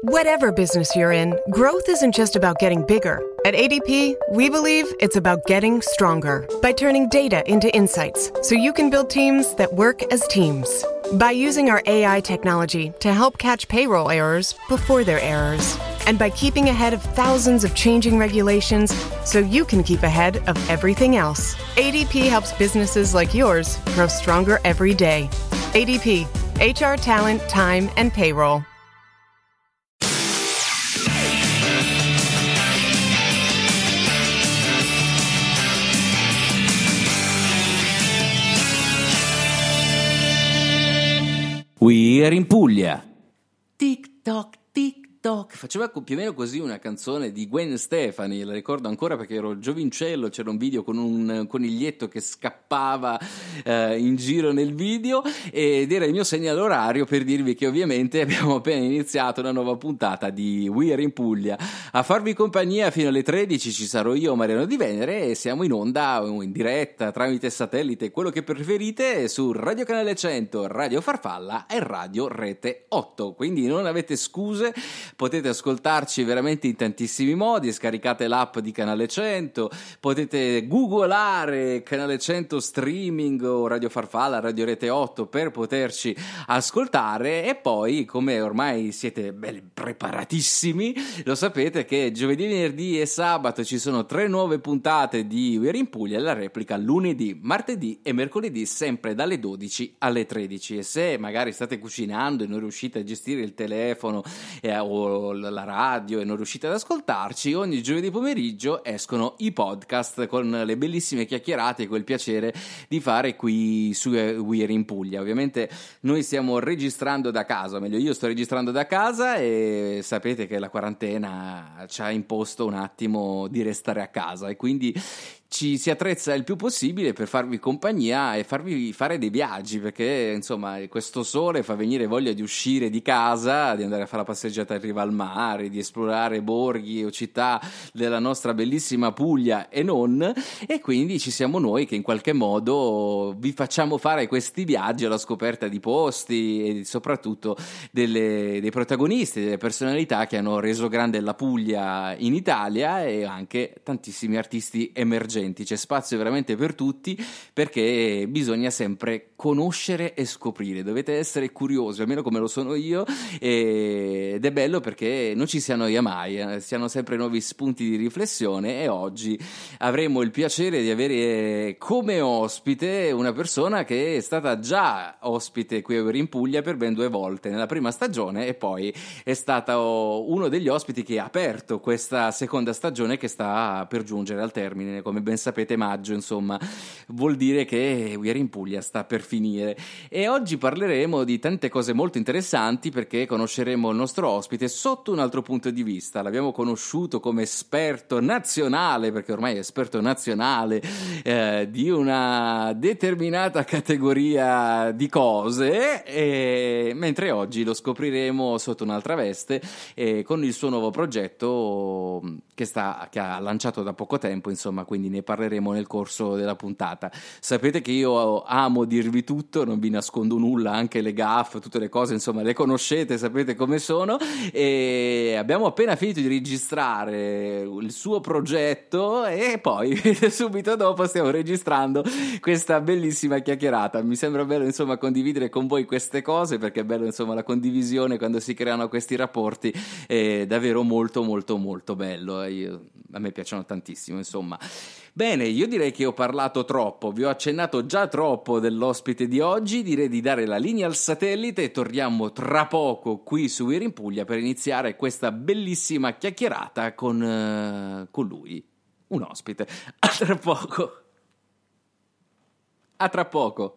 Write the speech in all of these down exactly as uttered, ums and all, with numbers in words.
Whatever business you're in, growth isn't just about getting bigger. At A D P, we believe it's about getting stronger by turning data into insights so you can build teams that work as teams. By using our A I technology to help catch payroll errors before they're errors. And by keeping ahead of thousands of changing regulations so you can keep ahead of everything else. A D P helps businesses like yours grow stronger every day. A D P, H R talent, time, and payroll. We Are in Puglia. Tic toc, tic toc. Faceva più o meno così una canzone di Gwen Stefani, la ricordo ancora perché ero giovincello, c'era un video con un coniglietto che scappava eh, in giro nel video ed era il mio segnale orario per dirvi che ovviamente abbiamo appena iniziato una nuova puntata di We Are in Puglia. A farvi compagnia fino alle tredici ci sarò io, Mariano Di Venere, e siamo in onda in diretta tramite satellite, quello che preferite, su Radio Canale cento, Radio Farfalla e Radio Rete otto, quindi non avete scuse. Potete ascoltarci veramente in tantissimi modi, scaricate l'app di Canale cento, potete googolare Canale cento streaming o Radio Farfalla, Radio Rete otto per poterci ascoltare, e poi, come ormai siete belli preparatissimi, lo sapete che giovedì, venerdì e sabato ci sono tre nuove puntate di We Are in Puglia e la replica lunedì, martedì e mercoledì, sempre dalle dodici alle tredici. E se magari state cucinando e non riuscite a gestire il telefono eh, o la radio e non riuscite ad ascoltarci, ogni giovedì pomeriggio escono i podcast con le bellissime chiacchierate e quel piacere di fare qui su We Are in Puglia. Ovviamente noi stiamo registrando da casa, meglio io sto registrando da casa, e sapete che la quarantena ci ha imposto un attimo di restare a casa e quindi ci si attrezza il più possibile per farvi compagnia e farvi fare dei viaggi, perché insomma questo sole fa venire voglia di uscire di casa, di andare a fare la passeggiata in riva al mare, di esplorare borghi o città della nostra bellissima Puglia e non, e quindi ci siamo noi che in qualche modo vi facciamo fare questi viaggi alla scoperta di posti e soprattutto delle, dei protagonisti, delle personalità che hanno reso grande la Puglia in Italia, e anche tantissimi artisti emergenti. C'è spazio veramente per tutti, perché bisogna sempre conoscere e scoprire, dovete essere curiosi, almeno come lo sono io, ed è bello perché non ci si annoia mai, eh? Si hanno sempre nuovi spunti di riflessione, e oggi avremo il piacere di avere come ospite una persona che è stata già ospite qui in Puglia per ben due volte, nella prima stagione, e poi è stato uno degli ospiti che ha aperto questa seconda stagione che sta per giungere al termine. Come ben sapete, maggio insomma vuol dire che We Are in Puglia sta per finire, e oggi parleremo di tante cose molto interessanti perché conosceremo il nostro ospite sotto un altro punto di vista. L'abbiamo conosciuto come esperto nazionale, perché ormai è esperto nazionale eh, di una determinata categoria di cose, e mentre oggi lo scopriremo sotto un'altra veste eh, con il suo nuovo progetto che, sta, che ha lanciato da poco tempo, insomma, quindi ne parleremo nel corso della puntata. Sapete che io amo dirvi tutto, non vi nascondo nulla, anche le gaffe, tutte le cose, insomma, le conoscete, sapete come sono, e abbiamo appena finito di registrare il suo progetto e poi subito dopo stiamo registrando questa bellissima chiacchierata. Mi sembra bello, insomma, condividere con voi queste cose, perché è bello, insomma, la condivisione quando si creano questi rapporti, è davvero molto molto molto bello. Io, a me piacciono tantissimo, insomma. Bene, io direi che ho parlato troppo, vi ho accennato già troppo dell'ospite di oggi, direi di dare la linea al satellite e torniamo tra poco qui su We Are in Puglia per iniziare questa bellissima chiacchierata con, uh, con lui, un ospite. A tra poco. A tra poco.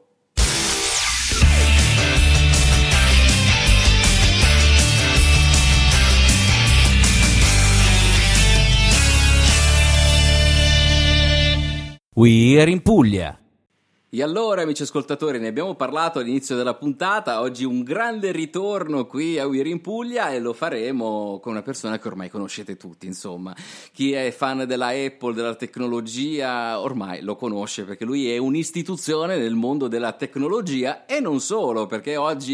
We Are in Puglia. E allora, amici ascoltatori, ne abbiamo parlato all'inizio della puntata. Oggi un grande ritorno qui a We Are in Puglia, e lo faremo con una persona che ormai conoscete tutti, insomma. Chi è fan della Apple, della tecnologia, ormai lo conosce, perché lui è un'istituzione nel mondo della tecnologia, e non solo, perché oggi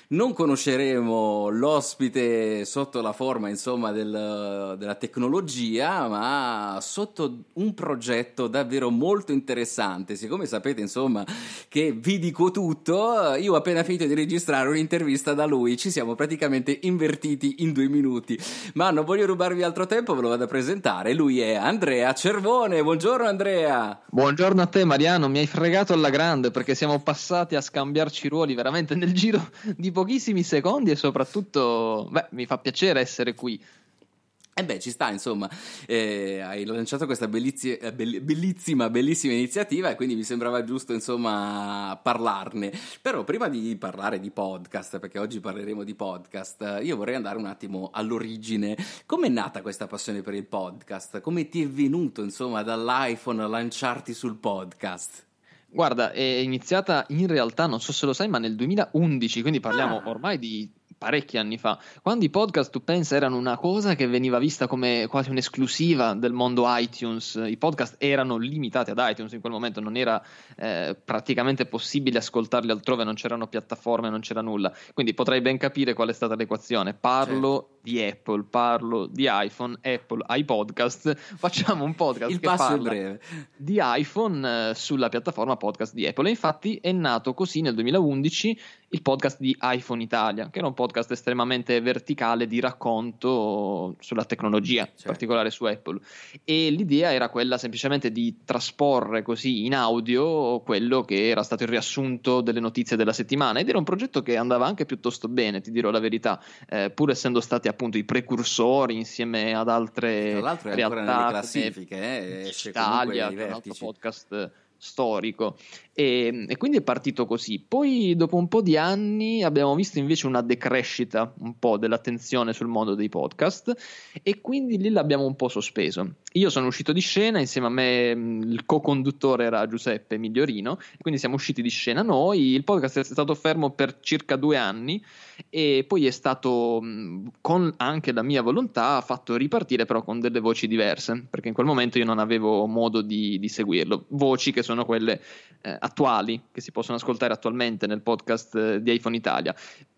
non conosceremo l'ospite sotto la forma, insomma, del, della tecnologia, ma sotto un progetto davvero molto interessante. Siccome sapete, insomma, che vi dico tutto, io ho appena finito di registrare un'intervista da lui, ci siamo praticamente invertiti in due minuti, ma non voglio rubarvi altro tempo, ve lo vado a presentare. Lui è Andrea Cervone. Buongiorno Andrea. Buongiorno a te Mariano, mi hai fregato alla grande perché siamo passati a scambiarci ruoli veramente nel giro di pochissimi secondi e soprattutto, beh, mi fa piacere essere qui. E eh beh, ci sta, insomma, eh, hai lanciato questa bellizi- bellissima, bellissima iniziativa e quindi mi sembrava giusto, insomma, parlarne. Però prima di parlare di podcast, perché oggi parleremo di podcast, io vorrei andare un attimo all'origine. Come è nata questa passione per il podcast? Come ti è venuto, insomma, dall'iPhone a lanciarti sul podcast? Guarda, è iniziata in realtà, non so se lo sai, ma nel duemilaundici, quindi parliamo Ah. ormai di parecchi anni fa, quando i podcast, tu pensa, erano una cosa che veniva vista come quasi un'esclusiva del mondo iTunes. I podcast erano limitati ad iTunes, in quel momento non era eh, praticamente possibile ascoltarli altrove, non c'erano piattaforme, non c'era nulla, quindi potrai ben capire qual è stata l'equazione. Parlo certo. di Apple, parlo di iPhone, Apple ai podcast, facciamo un podcast Il che passo parla è breve. di iPhone eh, sulla piattaforma podcast di Apple, e infatti è nato così nel duemilaundici il podcast di iPhone Italia, che era un podcast estremamente verticale di racconto sulla tecnologia, certo. in particolare su Apple, e l'idea era quella semplicemente di trasporre così in audio quello che era stato il riassunto delle notizie della settimana, ed era un progetto che andava anche piuttosto bene, ti dirò la verità, eh, pur essendo stati appunto i precursori insieme ad altre tra l'altro è realtà ancora nelle classifiche, eh, esce Italia, comunque ai un altro vertici. podcast storico, e, e quindi è partito così. Poi dopo un po' di anni abbiamo visto invece una decrescita un po' dell'attenzione sul mondo dei podcast, e quindi lì l'abbiamo un po' sospeso. Io sono uscito di scena, insieme a me il co-conduttore era Giuseppe Migliorino, quindi siamo usciti di scena noi. Il podcast è stato fermo per circa due anni e poi è stato, con anche la mia volontà, fatto ripartire, però con delle voci diverse, perché in quel momento io non avevo modo di, di seguirlo. Voci che sono quelle eh, attuali, che si possono ascoltare attualmente nel podcast eh, di iPhone Italia.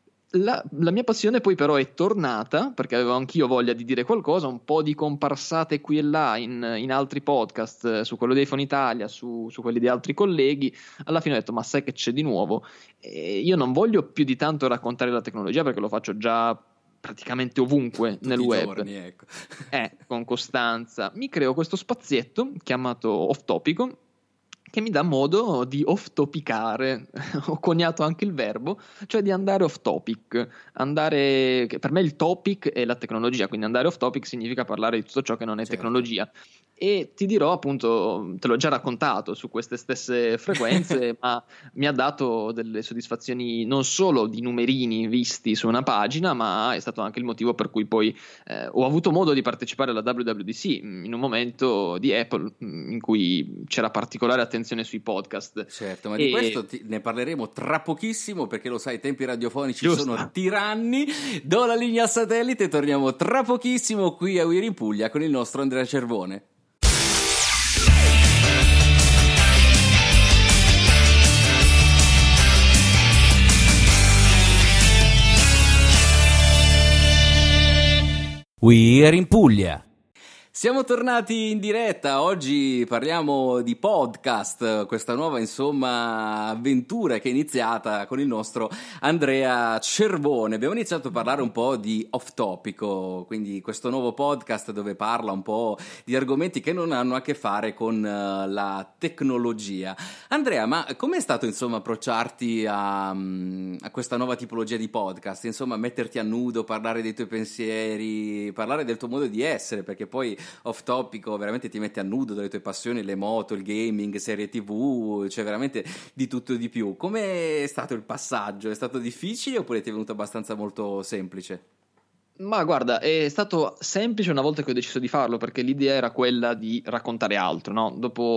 La, la mia passione poi però è tornata, perché avevo anch'io voglia di dire qualcosa, un po' di comparsate qui e là in, in altri podcast, eh, su quello di iPhone Italia, su, su quelli di altri colleghi. Alla fine ho detto, ma sai che c'è di nuovo? E io non voglio più di tanto raccontare la tecnologia, perché lo faccio già praticamente ovunque Tutti nel i web, giorni, ecco. eh, con costanza. Mi creo questo spazietto chiamato Off Topico, che mi dà modo di off-topicare. Ho coniato anche il verbo, cioè di andare off topic, andare, che per me il topic è la tecnologia, quindi andare off topic significa parlare di tutto ciò che non è certo. tecnologia. E ti dirò, appunto, te l'ho già raccontato su queste stesse frequenze, ma mi ha dato delle soddisfazioni non solo di numerini visti su una pagina, ma è stato anche il motivo per cui poi eh, ho avuto modo di partecipare alla W W D C in un momento di Apple in cui c'era particolare attenzione sui podcast. Certo, ma e... di questo ti, ne parleremo tra pochissimo, perché lo sai, i tempi radiofonici Giusto. sono tiranni. Do la linea a satellite e torniamo tra pochissimo qui a We Are in Puglia con il nostro Andrea Cervone. We Are in Puglia. Siamo tornati in diretta, oggi parliamo di podcast, questa nuova insomma avventura che è iniziata con il nostro Andrea Cervone. Abbiamo iniziato a parlare un po' di Off Topico, quindi questo nuovo podcast dove parla un po' di argomenti che non hanno a che fare con uh, la tecnologia. Andrea, ma com'è stato insomma approcciarti a, a questa nuova tipologia di podcast? Insomma, metterti a nudo, parlare dei tuoi pensieri, parlare del tuo modo di essere, perché poi Off Topico veramente ti mette a nudo delle tue passioni, le moto, il gaming, serie tv, cioè veramente di tutto e di più. Com'è stato il passaggio? È stato difficile oppure ti è venuto abbastanza molto semplice? Ma guarda, è stato semplice una volta che ho deciso di farlo, perché l'idea era quella di raccontare altro, no? Dopo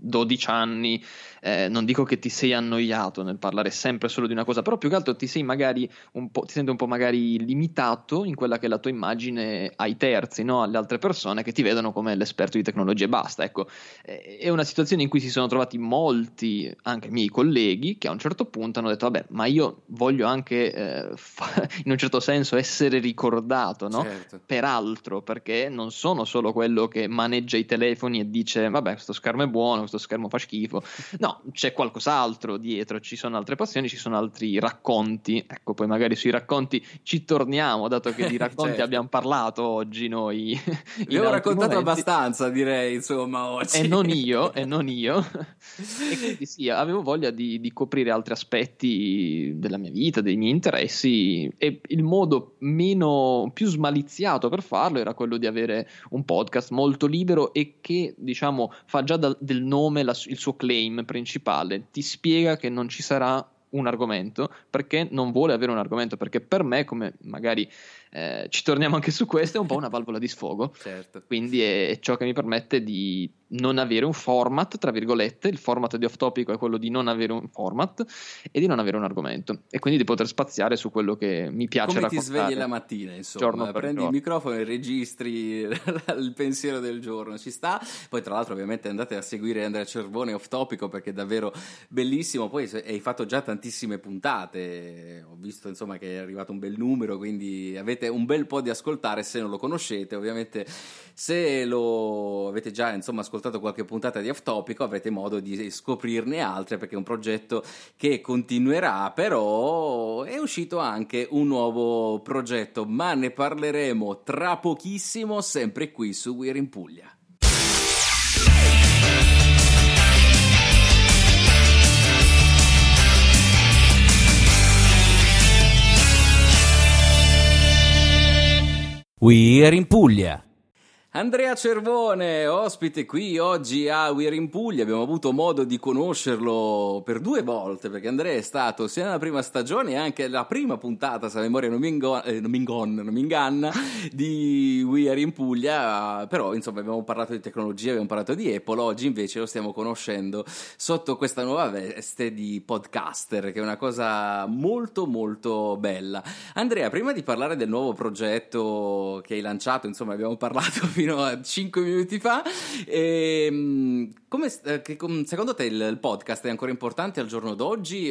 dodici anni, eh, non dico che ti sei annoiato nel parlare sempre solo di una cosa, però più che altro ti sei magari un po', ti senti un po' magari limitato in quella che è la tua immagine ai terzi, no? Alle altre persone che ti vedono come l'esperto di tecnologia e basta. Ecco, eh, è una situazione in cui si sono trovati molti, anche miei colleghi, che a un certo punto hanno detto vabbè, ma io voglio anche eh, fa- in un certo senso essere ricordato, no? Certo. Per altro, perché non sono solo quello che maneggia i telefoni e dice vabbè, questo schermo è buono, questo schermo fa schifo. No, c'è qualcos'altro dietro, ci sono altre passioni, ci sono altri racconti. Ecco, poi magari sui racconti ci torniamo, dato che di racconti Certo. abbiamo parlato oggi noi. Abbiamo raccontato momenti. abbastanza, direi, insomma, oggi. E non io, e non io. E quindi sì, avevo voglia di, di coprire altri aspetti della mia vita, dei miei interessi, e il modo meno, più smaliziato per farlo era quello di avere un podcast molto libero e che, diciamo, fa già da, del nome la, il suo claim principale, ti spiega che non ci sarà un argomento, perché non vuole avere un argomento, perché per me, come magari eh, ci torniamo anche su questo, è un po' una valvola di sfogo. Certo. Quindi è, è ciò che mi permette di non avere un format, tra virgolette. Il format di Off Topic è quello di non avere un format e di non avere un argomento, e quindi di poter spaziare su quello che mi piace Come raccontare. ti svegli la mattina, insomma, giorno per prendi giorno. il microfono e registri il pensiero del giorno, ci sta. Poi tra l'altro ovviamente andate a seguire Andrea Cervone Off Topico, perché è davvero bellissimo. Poi hai fatto già tantissime puntate, ho visto insomma che è arrivato un bel numero, quindi avete un bel po' di ascoltare se non lo conoscete. Ovviamente se lo avete già insomma ascoltato qualche puntata di Off Topico avrete modo di scoprirne altre, perché è un progetto che continuerà. Però è uscito anche un nuovo progetto, ma ne parleremo tra pochissimo, sempre qui su We're in Puglia. We're in Puglia. Andrea Cervone, ospite qui oggi a We're in Puglia. Abbiamo avuto modo di conoscerlo per due volte, perché Andrea è stato sia nella prima stagione e anche la prima puntata, se la memoria non mi, ingo- eh, non mi ingonna, non mi inganna, di We're in Puglia. Però insomma abbiamo parlato di tecnologia, abbiamo parlato di Apple. Oggi invece lo stiamo conoscendo sotto questa nuova veste di podcaster, che è una cosa molto molto bella. Andrea, prima di parlare del nuovo progetto che hai lanciato, insomma abbiamo parlato fino a cinque minuti fa, e, come, che, secondo te il, il podcast è ancora importante al giorno d'oggi,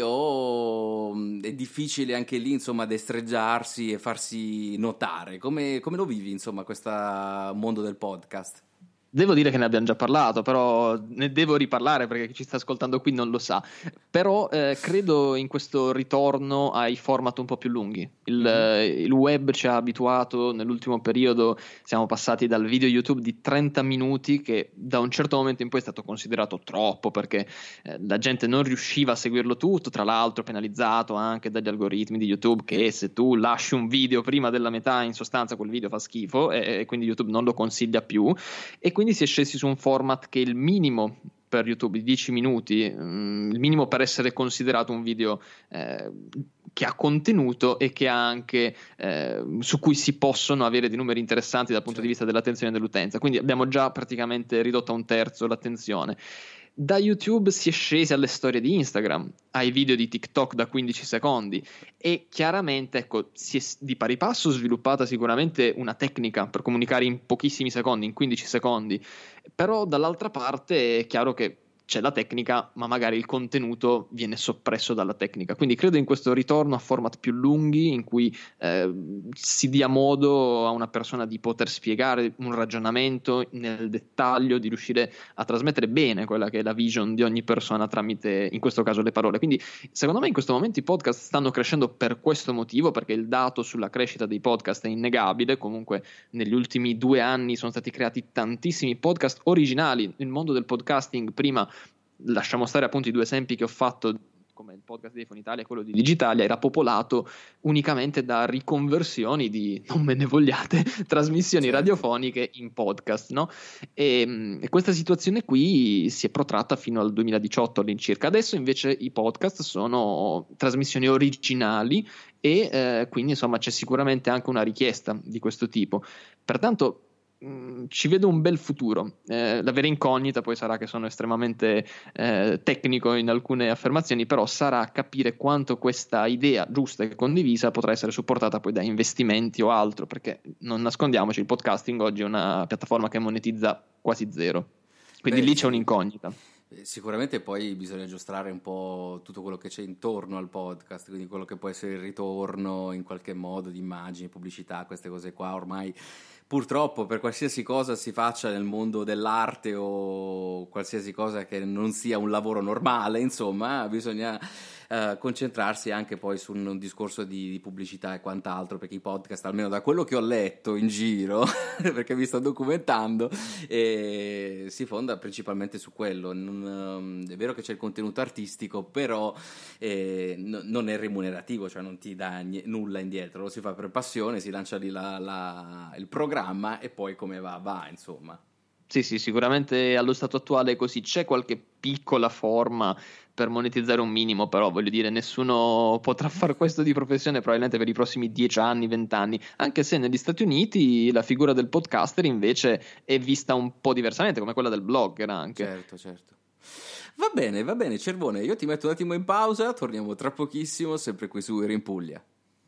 o è difficile anche lì insomma destreggiarsi e farsi notare? Come, come lo vivi insomma questo mondo del podcast? Devo dire che ne abbiamo già parlato, però ne devo riparlare perché chi ci sta ascoltando qui non lo sa. Però eh, credo in questo ritorno ai format un po' più lunghi. Il, mm-hmm. eh, il web ci ha abituato nell'ultimo periodo, siamo passati dal video YouTube di trenta minuti, che da un certo momento in poi è stato considerato troppo, perché eh, la gente non riusciva a seguirlo tutto, tra l'altro penalizzato anche dagli algoritmi di YouTube, che se tu lasci un video prima della metà, in sostanza quel video fa schifo, e, e quindi YouTube non lo consiglia più. E quindi si è scesi su un format che è il minimo per YouTube, di dieci minuti, mm, il minimo per essere considerato un video eh, che ha contenuto e che ha anche eh, su cui si possono avere dei numeri interessanti dal punto di vista dell'attenzione dell'utenza. Quindi abbiamo già praticamente ridotto a un terzo l'attenzione. Da YouTube si è scesi alle storie di Instagram, ai video di TikTok da quindici secondi, e chiaramente ecco, si è di pari passo sviluppata sicuramente una tecnica per comunicare in pochissimi secondi, in quindici secondi, però dall'altra parte è chiaro che c'è la tecnica, ma magari il contenuto viene soppresso dalla tecnica. Quindi credo in questo ritorno a format più lunghi, in cui eh, si dia modo a una persona di poter spiegare un ragionamento nel dettaglio, di riuscire a trasmettere bene quella che è la vision di ogni persona tramite, in questo caso, le parole. Quindi secondo me in questo momento i podcast stanno crescendo per questo motivo, perché il dato sulla crescita dei podcast è innegabile. Comunque negli ultimi due anni sono stati creati tantissimi podcast originali. Il mondo del podcasting prima, lasciamo stare appunto i due esempi che ho fatto, come il podcast di iPhone Italia e quello di Digitalia, era popolato unicamente da riconversioni di, non me ne vogliate, trasmissioni certo. radiofoniche in podcast, no? E, e questa situazione qui si è protratta fino al duemiladiciotto all'incirca. Adesso invece i podcast sono trasmissioni originali e eh, quindi insomma c'è sicuramente anche una richiesta di questo tipo. Pertanto mh, ci vedo un bel futuro. Eh, la vera incognita poi sarà che sono estremamente eh, tecnico in alcune affermazioni, però sarà capire quanto questa idea giusta e condivisa potrà essere supportata poi da investimenti o altro, perché non nascondiamoci, il podcasting oggi è una piattaforma che monetizza quasi zero, quindi Beh, lì sì. c'è un'incognita. Sicuramente poi bisogna aggiustare un po' tutto quello che c'è intorno al podcast, quindi quello che può essere il ritorno in qualche modo di immagini, pubblicità, queste cose qua. Ormai purtroppo per qualsiasi cosa si faccia nel mondo dell'arte o qualsiasi cosa che non sia un lavoro normale, insomma, bisogna Uh, concentrarsi anche poi su un, un discorso di, di pubblicità e quant'altro, perché i podcast, almeno da quello che ho letto in giro perché mi sto documentando, eh, si fonda principalmente su quello. Non, um, è vero che c'è il contenuto artistico, però eh, no, non è remunerativo, cioè non ti dà n- nulla indietro, lo si fa per passione, si lancia lì la, la, il programma e poi come va va, insomma. Sì, sì, sicuramente allo stato attuale è così. C'è qualche piccola forma per monetizzare un minimo, però voglio dire, nessuno potrà fare questo di professione probabilmente per i prossimi dieci anni, venti anni, anche se negli Stati Uniti la figura del podcaster invece è vista un po' diversamente, come quella del blogger anche. Certo, certo. Va bene, va bene, Cervone, io ti metto un attimo in pausa, torniamo tra pochissimo, sempre qui su Era in Puglia.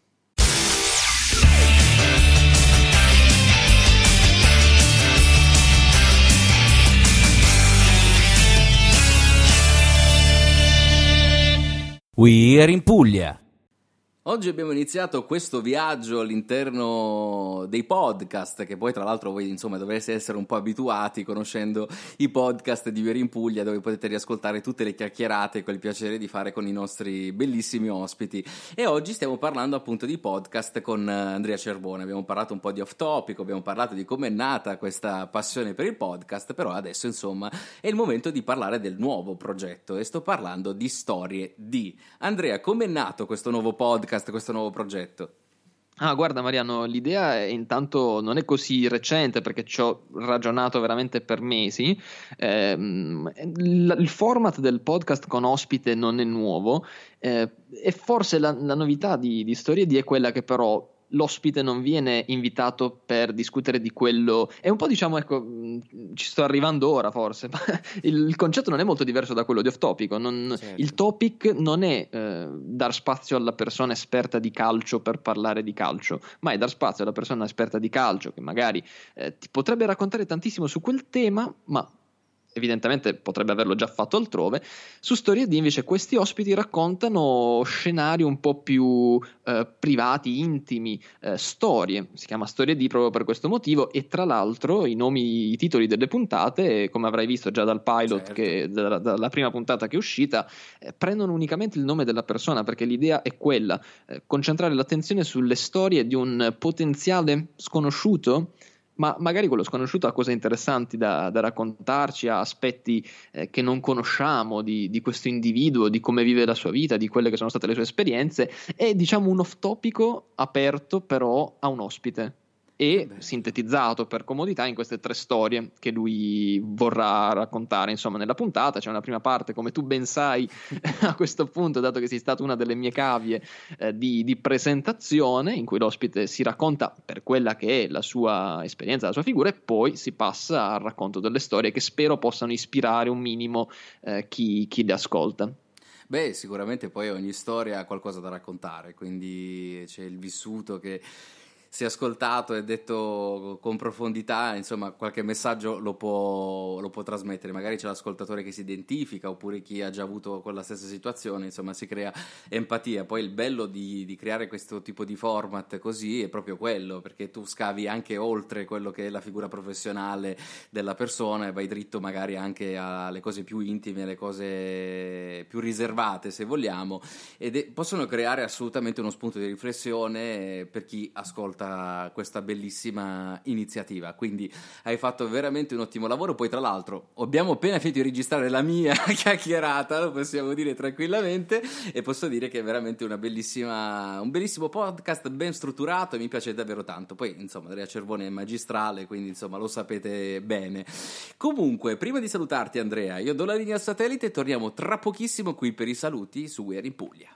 We Are in Puglia. Oggi abbiamo iniziato questo viaggio all'interno dei podcast, che poi tra l'altro voi insomma dovreste essere un po' abituati conoscendo i podcast di Veri in Puglia, dove potete riascoltare tutte le chiacchierate che ho il piacere di fare con i nostri bellissimi ospiti. E oggi stiamo parlando appunto di podcast con Andrea Cervone. Abbiamo parlato un po' di off topic, abbiamo parlato di come è nata questa passione per il podcast, però adesso insomma è il momento di parlare del nuovo progetto e sto parlando di Storie di. Andrea, come è nato questo nuovo podcast, questo nuovo progetto? Ah, guarda Mariano, l'idea è, intanto non è così recente perché ci ho ragionato veramente per mesi. Eh, il, il format del podcast con ospite non è nuovo, eh, e forse la, la novità di, di Storie di è quella che però l'ospite non viene invitato per discutere di quello, è un po', diciamo, ecco, ci sto arrivando ora forse, ma il, il concetto non è molto diverso da quello di Off Topic. Non, certo. Il topic non è eh, dar spazio alla persona esperta di calcio per parlare di calcio, ma è dar spazio alla persona esperta di calcio che magari eh, ti potrebbe raccontare tantissimo su quel tema, ma evidentemente potrebbe averlo già fatto altrove. Su Storie di invece questi ospiti raccontano scenari un po' più eh, privati, intimi, eh, storie, si chiama Storie di proprio per questo motivo, e tra l'altro i nomi, i titoli delle puntate, come avrai visto già dal pilot, certo, che dalla, dalla prima puntata che è uscita, eh, prendono unicamente il nome della persona, perché l'idea è quella, eh, concentrare l'attenzione sulle storie di un potenziale sconosciuto, ma magari quello sconosciuto ha cose interessanti da, da raccontarci, ha aspetti eh, che non conosciamo di, di questo individuo, di come vive la sua vita, di quelle che sono state le sue esperienze. È, diciamo, un off topico aperto però a un ospite e Beh. sintetizzato per comodità in queste tre storie che lui vorrà raccontare, insomma, nella puntata. C'è una prima parte, come tu ben sai a questo punto, dato che sei stata una delle mie cavie eh, di, di presentazione, in cui l'ospite si racconta per quella che è la sua esperienza, la sua figura, e poi si passa al racconto delle storie che spero possano ispirare un minimo eh, chi, chi le ascolta. Beh, sicuramente poi ogni storia ha qualcosa da raccontare, quindi c'è il vissuto che si è ascoltato e detto con profondità, insomma qualche messaggio lo può, lo può trasmettere. Magari c'è l'ascoltatore che si identifica, oppure chi ha già avuto quella stessa situazione, insomma si crea empatia. Poi il bello di, di creare questo tipo di format così è proprio quello, perché tu scavi anche oltre quello che è la figura professionale della persona e vai dritto magari anche alle cose più intime, alle cose più riservate, se vogliamo, ed è, possono creare assolutamente uno spunto di riflessione per chi ascolta questa bellissima iniziativa. Quindi hai fatto veramente un ottimo lavoro. Poi tra l'altro abbiamo appena finito di registrare la mia chiacchierata, lo possiamo dire tranquillamente, e posso dire che è veramente una bellissima un bellissimo podcast, ben strutturato, e mi piace davvero tanto. Poi insomma Andrea Cervone è magistrale, quindi insomma lo sapete bene. Comunque, prima di salutarti Andrea, io do la linea al satellite e torniamo tra pochissimo qui per i saluti su We Are in Puglia.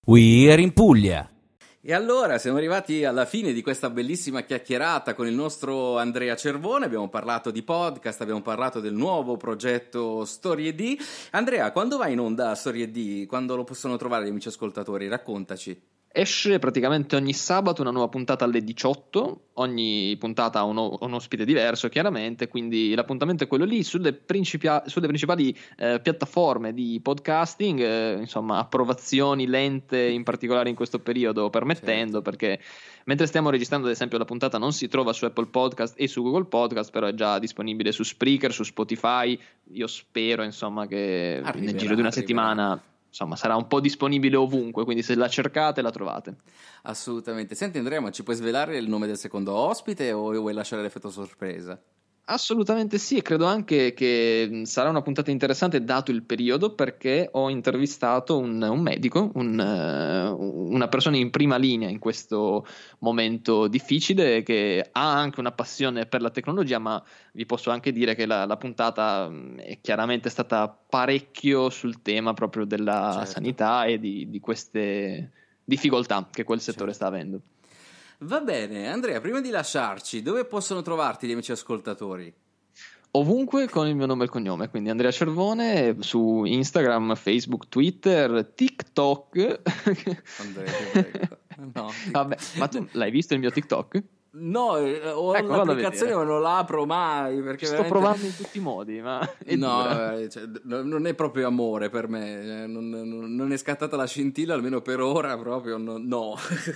We Are in Puglia. E allora siamo arrivati alla fine di questa bellissima chiacchierata con il nostro Andrea Cervone. Abbiamo parlato di podcast, abbiamo parlato del nuovo progetto Storie D. Andrea, quando vai in onda Storie D? Quando lo possono trovare gli amici ascoltatori? Raccontaci. Esce praticamente ogni sabato una nuova puntata alle diciotto, ogni puntata ha un, un ospite diverso chiaramente, quindi l'appuntamento è quello lì sulle, principia- sulle principali eh, piattaforme di podcasting, eh, insomma approvazioni lente in particolare in questo periodo permettendo, certo. Perché mentre stiamo registrando ad esempio la puntata non si trova su Apple Podcast e su Google Podcast, però è già disponibile su Spreaker, su Spotify, io spero insomma che arriverà, nel giro di una arriverà. settimana... Insomma, sarà un po' disponibile ovunque, quindi se la cercate la trovate. Assolutamente. Senti Andrea, ma ci puoi svelare il nome del secondo ospite o vuoi lasciare l'effetto sorpresa? Assolutamente sì, e credo anche che sarà una puntata interessante dato il periodo, perché ho intervistato un, un medico, un, uh, una persona in prima linea in questo momento difficile, che ha anche una passione per la tecnologia, ma vi posso anche dire che la, la puntata è chiaramente stata parecchio sul tema proprio della certo. sanità e di, di queste difficoltà che quel settore certo. sta avendo. Va bene, Andrea, prima di lasciarci, dove possono trovarti gli amici ascoltatori? Ovunque con il mio nome e il cognome, quindi Andrea Cervone, su Instagram, Facebook, Twitter, TikTok. Andrea, ti prego. No. Vabbè, ma tu l'hai visto il mio TikTok? No, ho ecco, l'applicazione ma non la apro mai perché sto veramente... provando in tutti i modi, ma è no, cioè, non è proprio amore per me, non, non, non è scattata la scintilla almeno per ora proprio, no, no.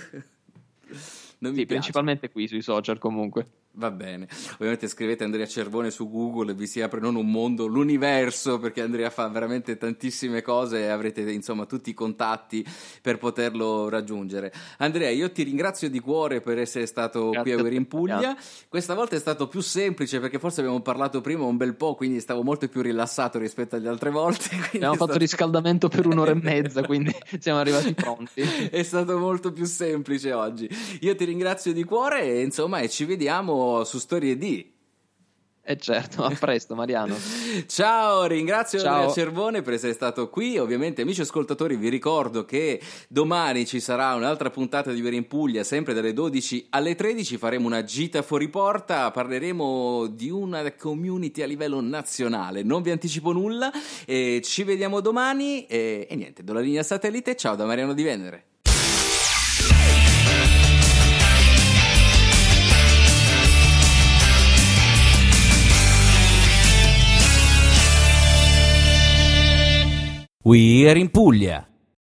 Non sì, principalmente qui sui social comunque. Va bene, ovviamente scrivete Andrea Cervone su Google e vi si apre non un mondo, l'universo, perché Andrea fa veramente tantissime cose e avrete insomma tutti i contatti per poterlo raggiungere. Andrea, io ti ringrazio di cuore per essere stato Grazie qui a We Are in Puglia. Questa volta è stato più semplice perché forse abbiamo parlato prima un bel po', quindi stavo molto più rilassato rispetto alle altre volte. Abbiamo fatto stato... riscaldamento per un'ora e mezza, quindi siamo arrivati pronti. È stato molto più semplice oggi. Io ti ringrazio di cuore e insomma e ci vediamo su Storie D. Eh certo, a presto Mariano. Ciao, ringrazio Ciao. Andrea Cervone per essere stato qui. Ovviamente amici ascoltatori vi ricordo che domani ci sarà un'altra puntata di We Are in Puglia, sempre dalle dodici alle tredici, faremo una gita fuori porta, parleremo di una community a livello nazionale, non vi anticipo nulla e ci vediamo domani e, e niente, do la linea satellite, ciao da Mariano Di Venere. We Are in Puglia.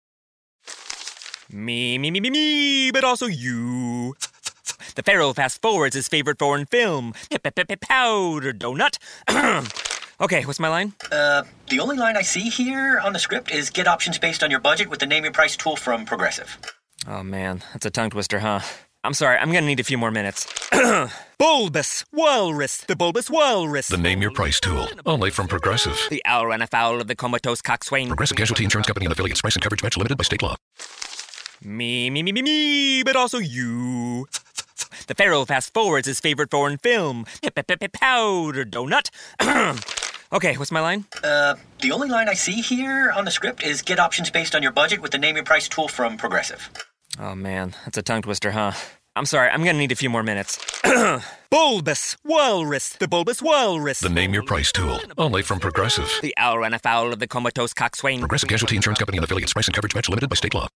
Me, me, me, me, me, but also you. The Pharaoh fast forwards his favorite foreign film, Powder Donut. Okay, what's my line? Uh, the only line I see here on the script is get options based on your budget with the Name Your Price tool from Progressive. Oh man, that's a tongue twister, huh? I'm sorry, I'm gonna need a few more minutes. Bulbous Walrus, the Bulbous Walrus. The Name Your Price tool, only from Progressive. The owl ran afoul of the comatose coxswain. Progressive Casualty Insurance Company and affiliates. Price and coverage match limited by state law. Me, me, me, me, me, but also you. The Pharaoh fast forwards his favorite foreign film, Powder Donut. Okay, what's my line? Uh, the only line I see here on the script is get options based on your budget with the Name Your Price tool from Progressive. Oh man, that's a tongue twister, huh? I'm sorry, I'm gonna need a few more minutes. Bulbous Walrus, the Bulbous Walrus. The Name Your Price tool, only from Progressive. The owl ran afoul of the comatose coxswain. Progressive Casualty Insurance Company and affiliates. Price and coverage match limited by state law.